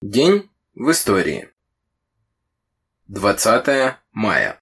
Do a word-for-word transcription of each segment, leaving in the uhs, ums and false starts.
День в истории. двадцатое мая.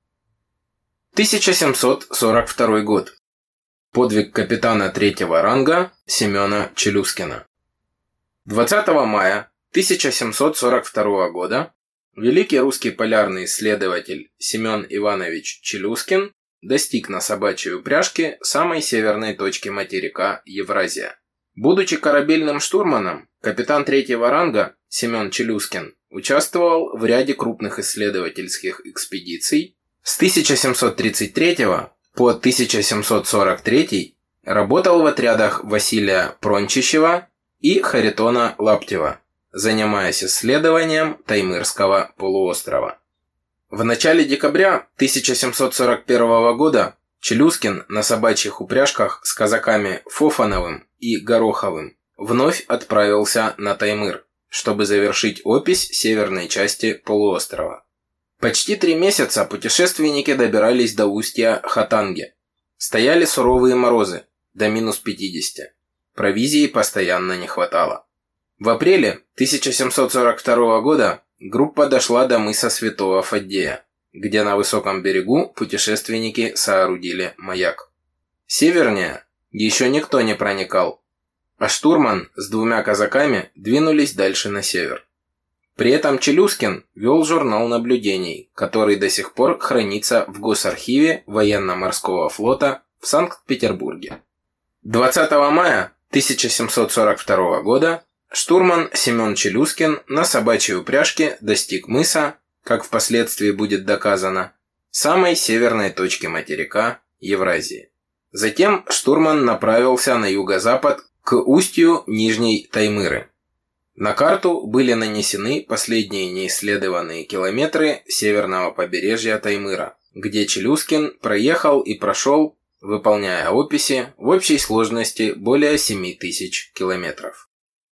тысяча семьсот сорок второй год. Подвиг капитана третьего ранга Семена Челюскина. двадцатого мая тысяча семьсот сорок второго года великий русский полярный исследователь Семен Иванович Челюскин достиг на собачьей упряжке самой северной точки материка Евразия. Будучи корабельным штурманом, капитан третьего ранга Семен Челюскин участвовал в ряде крупных исследовательских экспедиций. С тысяча семьсот тридцать третьего по тысяча семьсот сорок третий работал в отрядах Василия Прончищева и Харитона Лаптева, занимаясь исследованием Таймырского полуострова. В начале декабря тысяча семьсот сорок первого года Челюскин на собачьих упряжках с казаками Фофановым и Гороховым вновь отправился на Таймыр, чтобы завершить опись северной части полуострова. Почти три месяца путешественники добирались до устья Хатанги. Стояли суровые морозы, до минус пятидесяти. Провизии постоянно не хватало. В апреле тысяча семьсот сорок второго года группа дошла до мыса Святого Фаддея, где на высоком берегу путешественники соорудили маяк. Севернее еще никто не проникал, а штурман с двумя казаками двинулись дальше на север. При этом Челюскин вел журнал наблюдений, который до сих пор хранится в Госархиве военно-морского флота в Санкт-Петербурге. двадцатого мая тысяча семьсот сорок второго года штурман Семен Челюскин на собачьей упряжке достиг мыса, как впоследствии будет доказано, самой северной точки материка Евразии. Затем штурман направился на юго-запад к устью Нижней Таймыры. На карту были нанесены последние неисследованные километры северного побережья Таймыра, где Челюскин проехал и прошел, выполняя описи, в общей сложности более семи тысяч километров.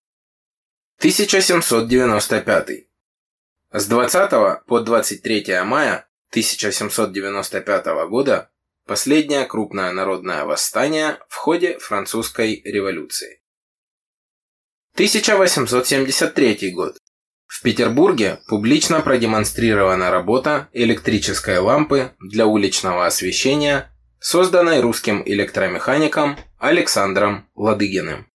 тысяча семьсот девяносто пятый. С двадцатого по двадцать третье мая тысяча семьсот девяносто пятого года последнее крупное народное восстание в ходе французской революции. тысяча восемьсот семьдесят третий год. В Петербурге публично продемонстрирована работа электрической лампы для уличного освещения, созданной русским электромехаником Александром Ладыгиным.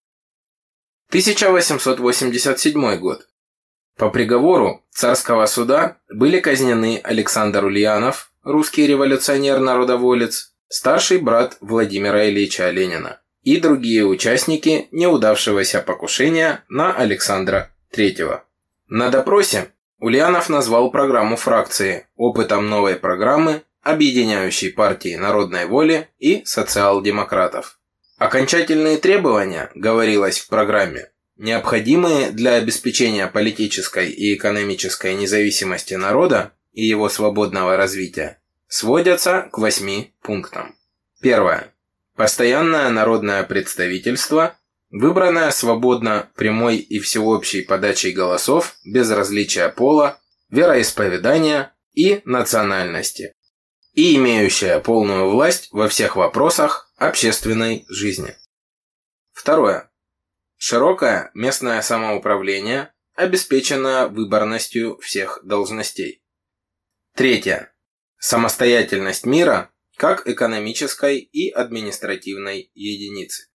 тысяча восемьсот восемьдесят седьмой год. По приговору царского суда были казнены Александр Ульянов, русский революционер-народоволец, старший брат Владимира Ильича Ленина, и другие участники неудавшегося покушения на Александра третьего. На допросе Ульянов назвал программу фракции опытом новой программы, объединяющей партии народной воли и социал-демократов. Окончательные требования, говорилось в программе, необходимые для обеспечения политической и экономической независимости народа и его свободного развития, сводятся к восьми пунктам. Первое. Постоянное народное представительство, выбранное свободно прямой и всеобщей подачей голосов без различия пола, вероисповедания и национальности, и имеющее полную власть во всех вопросах общественной жизни. Второе. Широкое местное самоуправление, обеспеченное выборностью всех должностей. Третье. Самостоятельность мира как экономической и административной единицы.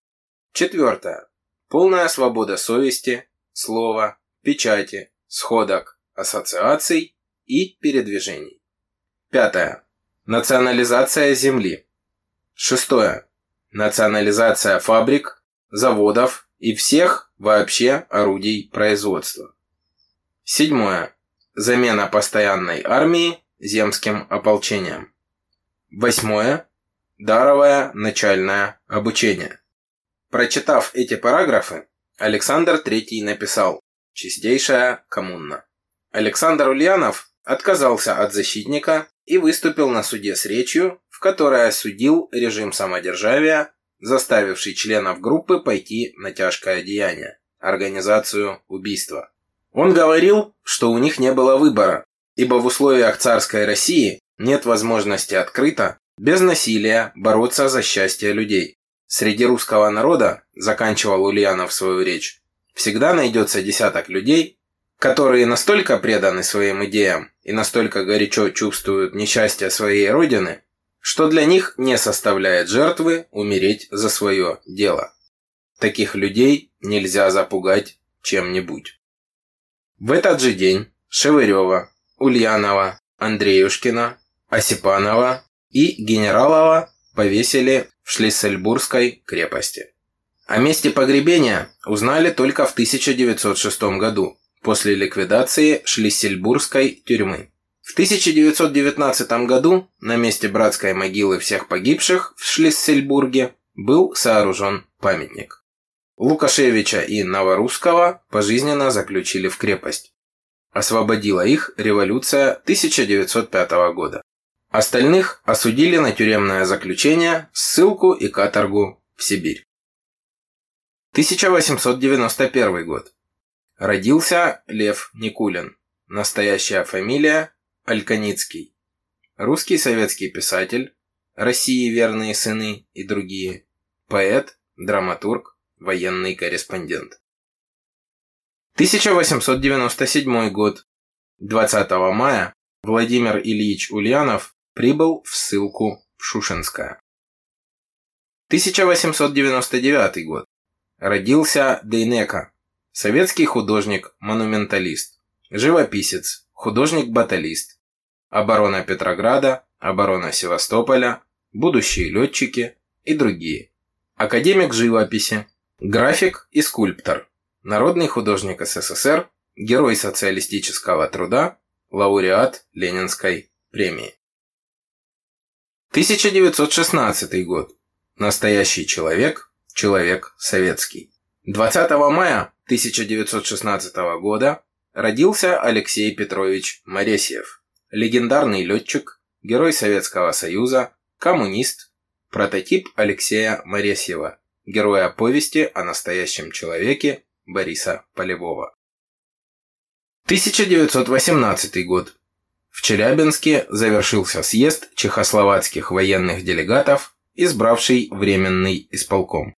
Четвертое. Полная свобода совести, слова, печати, сходок, ассоциаций и передвижений. Пятое. Национализация земли. Шестое. Национализация фабрик, заводов и всех вообще орудий производства. Седьмое. Замена постоянной армии земским ополчением. Восьмое. Даровое начальное обучение. Прочитав эти параграфы, Александр третий написал «Чистейшая коммуна». Александр Ульянов отказался от защитника и выступил на суде с речью, в которой осудил режим самодержавия, заставивший членов группы пойти на тяжкое деяние – организацию убийства. Он говорил, что у них не было выбора, ибо в условиях царской России нет возможности открыто, без насилия, бороться за счастье людей. Среди русского народа, заканчивал Ульянов свою речь, всегда найдется десяток людей, которые настолько преданы своим идеям и настолько горячо чувствуют несчастье своей родины, что для них не составляет жертвы умереть за свое дело. Таких людей нельзя запугать чем-нибудь. В этот же день Шевырева, Ульянова, Андреюшкина, Осипанова и Генералова повесили в Шлиссельбургской крепости. О месте погребения узнали только в тысяча девятьсот шестом году, после ликвидации Шлиссельбургской тюрьмы. В тысяча девятьсот девятнадцатом году на месте братской могилы всех погибших в Шлиссельбурге был сооружен памятник. Лукашевича и Новорусского пожизненно заключили в крепость. Освободила их революция тысяча девятьсот пятого года. Остальных осудили на тюремное заключение, ссылку и каторгу в Сибирь. тысяча восемьсот девяносто первый год. Родился Лев Никулин. Настоящая фамилия Альканицкий. Русский советский писатель, России верные сыны и другие. Поэт, драматург, военный корреспондент. тысяча восемьсот девяносто седьмой год. двадцатого мая Владимир Ильич Ульянов прибыл в ссылку в Шушенское. тысяча восемьсот девяносто девятый год. Родился Дейнека, советский художник-монументалист, живописец, художник-баталист, оборона Петрограда, оборона Севастополя, будущие летчики и другие. Академик живописи, график и скульптор, народный художник СССР, герой социалистического труда, лауреат Ленинской премии. тысяча девятьсот шестнадцатый год. Настоящий человек, человек советский. двадцатого мая тысяча девятьсот шестнадцатого года родился Алексей Петрович Моресьев, легендарный летчик, герой Советского Союза, коммунист, прототип Алексея Моресьева, героя повести о настоящем человеке Бориса Полевого. тысяча девятьсот восемнадцатый год. В Челябинске завершился съезд чехословацких военных делегатов, избравший Временный исполком.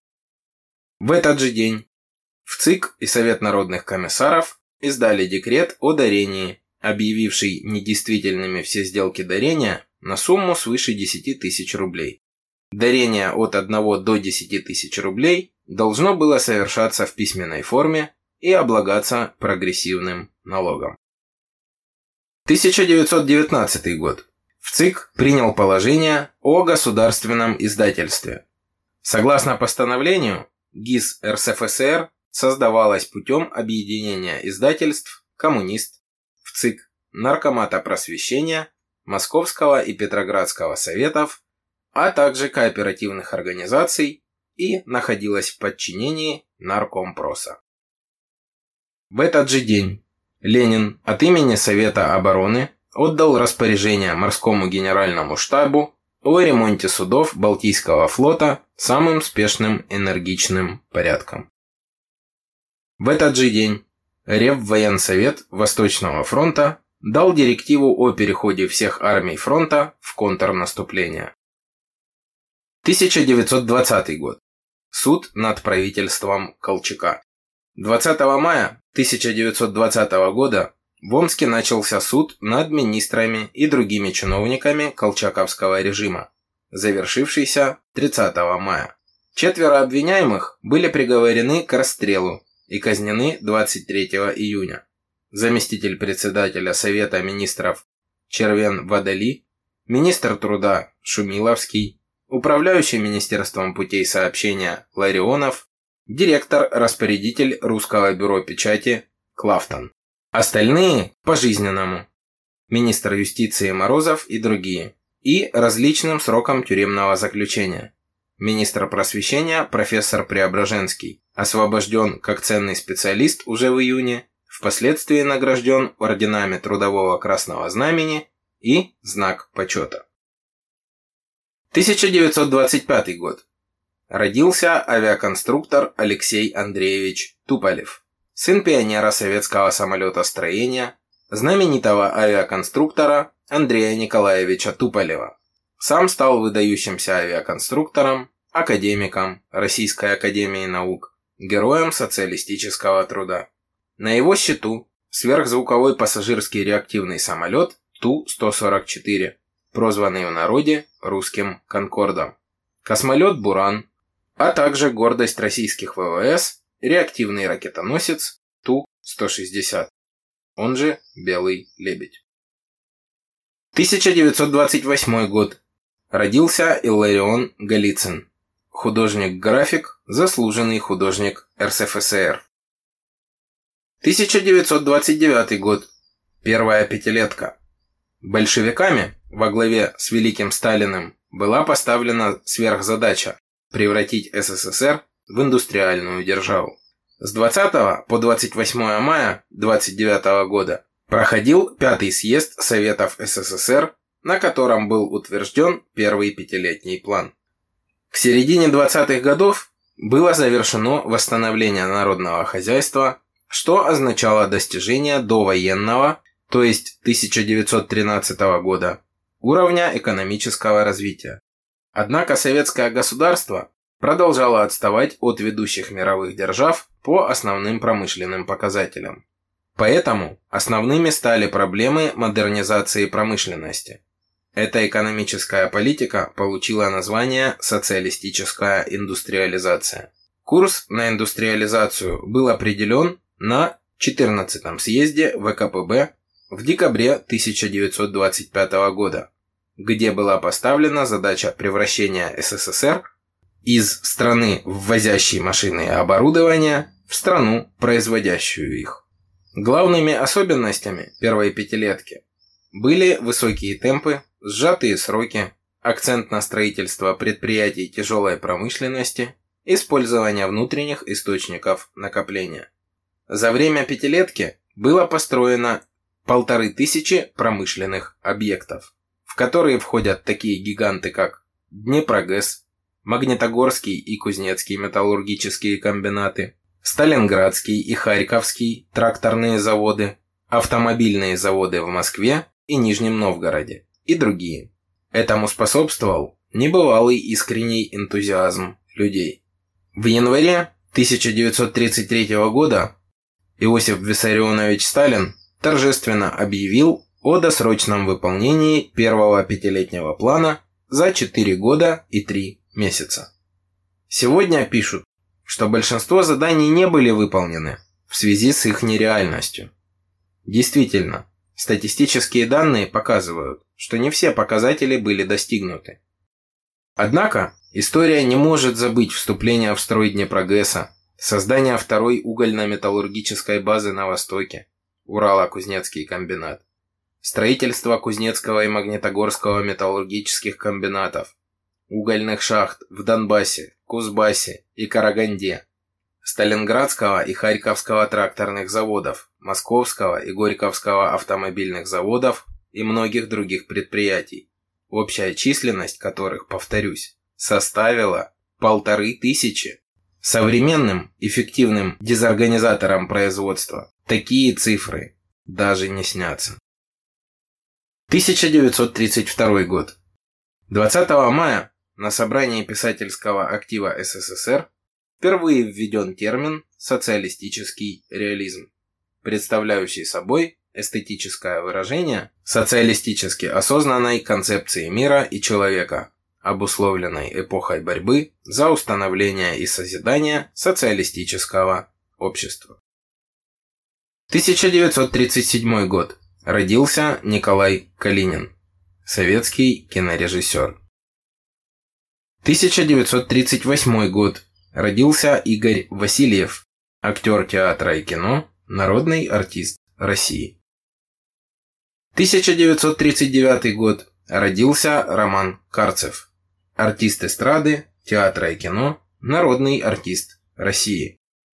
В этот же день в ЦИК и Совет народных комиссаров издали декрет о дарении, объявивший недействительными все сделки дарения на сумму свыше десяти тысяч рублей. Дарение от одного до десяти тысяч рублей должно было совершаться в письменной форме и облагаться прогрессивным налогом. тысяча девятьсот девятнадцатый год. В ЦИК принял положение о государственном издательстве. Согласно постановлению, ГИС РСФСР создавалась путем объединения издательств «Коммунист» в ЦИК, Наркомата просвещения, Московского и Петроградского советов, а также кооперативных организаций и находилась в подчинении Наркомпроса. В этот же день Ленин от имени Совета обороны отдал распоряжение морскому генеральному штабу о ремонте судов Балтийского флота самым спешным энергичным порядком. В этот же день Реввоенсовет Восточного фронта дал директиву о переходе всех армий фронта в контрнаступление. тысяча девятьсот двадцатый год. Суд над правительством Колчака. двадцатого мая тысяча девятьсот двадцатого года в Омске начался суд над министрами и другими чиновниками колчаковского режима, завершившийся тридцатого мая. Четверо обвиняемых были приговорены к расстрелу и казнены двадцать третьего июня. Заместитель председателя Совета министров Червен-Водали, министр труда Шумиловский, управляющий Министерством путей сообщения Ларионов, директор-распорядитель Русского бюро печати Клафтон. Остальные – пожизненному. Министр юстиции Морозов и другие. И различным срокам тюремного заключения. Министр просвещения профессор Преображенский освобожден как ценный специалист уже в июне, впоследствии награжден орденами Трудового Красного Знамени и Знак почета. тысяча девятьсот двадцать пятый год. Родился авиаконструктор Алексей Андреевич Туполев, сын пионера советского самолетостроения, знаменитого авиаконструктора Андрея Николаевича Туполева. Сам стал выдающимся авиаконструктором, академиком Российской академии наук, Героем социалистического труда. На его счету сверхзвуковой пассажирский реактивный самолет Ту сто сорок четыре, прозванный в народе русским «Конкордом», космолет «Буран», а также гордость российских ВВС реактивный ракетоносец Ту сто шестьдесят, он же «Белый лебедь». тысяча девятьсот двадцать восьмой год. Родился Илларион Голицын, художник-график, заслуженный художник эр эс эф эс эр. тысяча девятьсот двадцать девятый год. Первая пятилетка. Большевиками во главе с великим Сталиным была поставлена сверхзадача превратить эс эс эс эр в индустриальную державу. С двадцатого по двадцать восьмое мая двадцать девятого года проходил пятый съезд Советов эс эс эс эр, на котором был утвержден первый пятилетний план. К середине двадцатых годов было завершено восстановление народного хозяйства, что означало достижение довоенного, то есть тысяча девятьсот тринадцатого года, уровня экономического развития. Однако советское государство продолжало отставать от ведущих мировых держав по основным промышленным показателям. Поэтому основными стали проблемы модернизации промышленности. Эта экономическая политика получила название «социалистическая индустриализация». Курс на индустриализацию был определен на четырнадцатом съезде вэ ка пэ бэ в декабре тысяча девятьсот двадцать пятого года, где была поставлена задача превращения эс эс эс эр из страны, ввозящей машины и оборудование, в страну, производящую их. Главными особенностями первой пятилетки были высокие темпы, сжатые сроки, акцент на строительство предприятий тяжелой промышленности, использование внутренних источников накопления. За время пятилетки было построено полторы тысячи промышленных объектов, в которые входят такие гиганты, как Днепрогэс, Магнитогорский и Кузнецкий металлургические комбинаты, Сталинградский и Харьковский тракторные заводы, автомобильные заводы в Москве и Нижнем Новгороде и другие. Этому способствовал небывалый искренний энтузиазм людей. В январе тысяча девятьсот тридцать третьего года Иосиф Виссарионович Сталин торжественно объявил о досрочном выполнении первого пятилетнего плана за четыре года и три месяца. Сегодня пишут, что большинство заданий не были выполнены в связи с их нереальностью. Действительно, статистические данные показывают, что не все показатели были достигнуты. Однако, история не может забыть вступление в строй Днепрогэса, создание второй угольно-металлургической базы на Востоке, Урало-Кузнецкий комбинат, строительство Кузнецкого и Магнитогорского металлургических комбинатов, угольных шахт в Донбассе, Кузбассе и Караганде, Сталинградского и Харьковского тракторных заводов, Московского и Горьковского автомобильных заводов и многих других предприятий, общая численность которых, повторюсь, составила полторы тысячи. Современным эффективным дезорганизаторам производства такие цифры даже не снятся. тысяча девятьсот тридцать второй год. двадцатого мая на собрании писательского актива эс эс эс эр впервые введен термин «социалистический реализм», представляющий собой эстетическое выражение социалистически осознанной концепции мира и человека, обусловленной эпохой борьбы за установление и созидание социалистического общества. тысяча девятьсот тридцать седьмой год. Родился Николай Калинин, советский кинорежиссер. тысяча девятьсот тридцать восьмой год. Родился Игорь Васильев, актер театра и кино, народный артист России. тысяча девятьсот тридцать девятый год. Родился Роман Карцев, артист эстрады, театра и кино, народный артист России.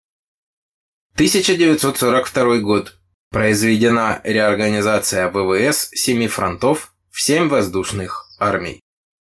тысяча девятьсот сорок второй год. Произведена реорганизация вэ вэ эс семи фронтов в семь воздушных армий.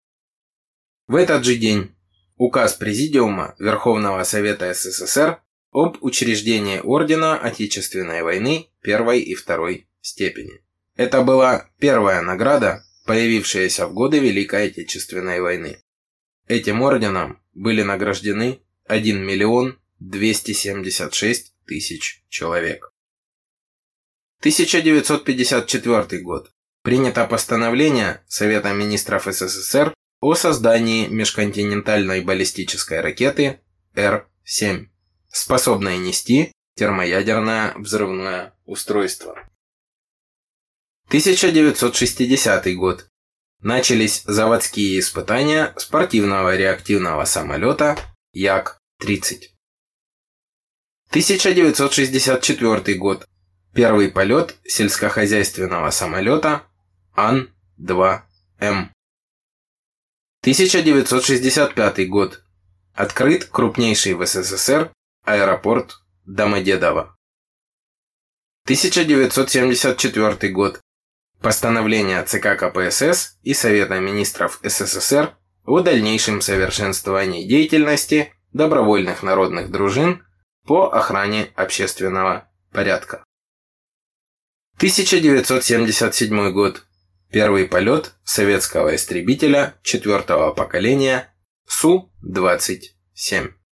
В этот же день указ Президиума Верховного Совета эс эс эс эр об учреждении Ордена Отечественной войны первой и второй степени. Это была первая награда, появившаяся в годы Великой Отечественной войны. Этим орденом были награждены один миллион двести семьдесят шесть тысяч человек. тысяча девятьсот пятьдесят четвёртый год. Принято постановление Совета министров СССР о создании межконтинентальной баллистической ракеты Р семь, способной нести термоядерное взрывное устройство. тысяча девятьсот шестидесятый год. Начались заводские испытания спортивного реактивного самолета Як тридцать. тысяча девятьсот шестьдесят четвёртый год. Первый полет сельскохозяйственного самолета Ан два М. тысяча девятьсот шестьдесят пятый год. Открыт крупнейший в СССР аэропорт Домодедово. тысяча девятьсот семьдесят четвёртый год. Постановление ЦК КПСС и Совета министров СССР о дальнейшем совершенствовании деятельности добровольных народных дружин по охране общественного порядка. тысяча девятьсот семьдесят седьмой год. Первый полет советского истребителя четвертого поколения Су двадцать семь.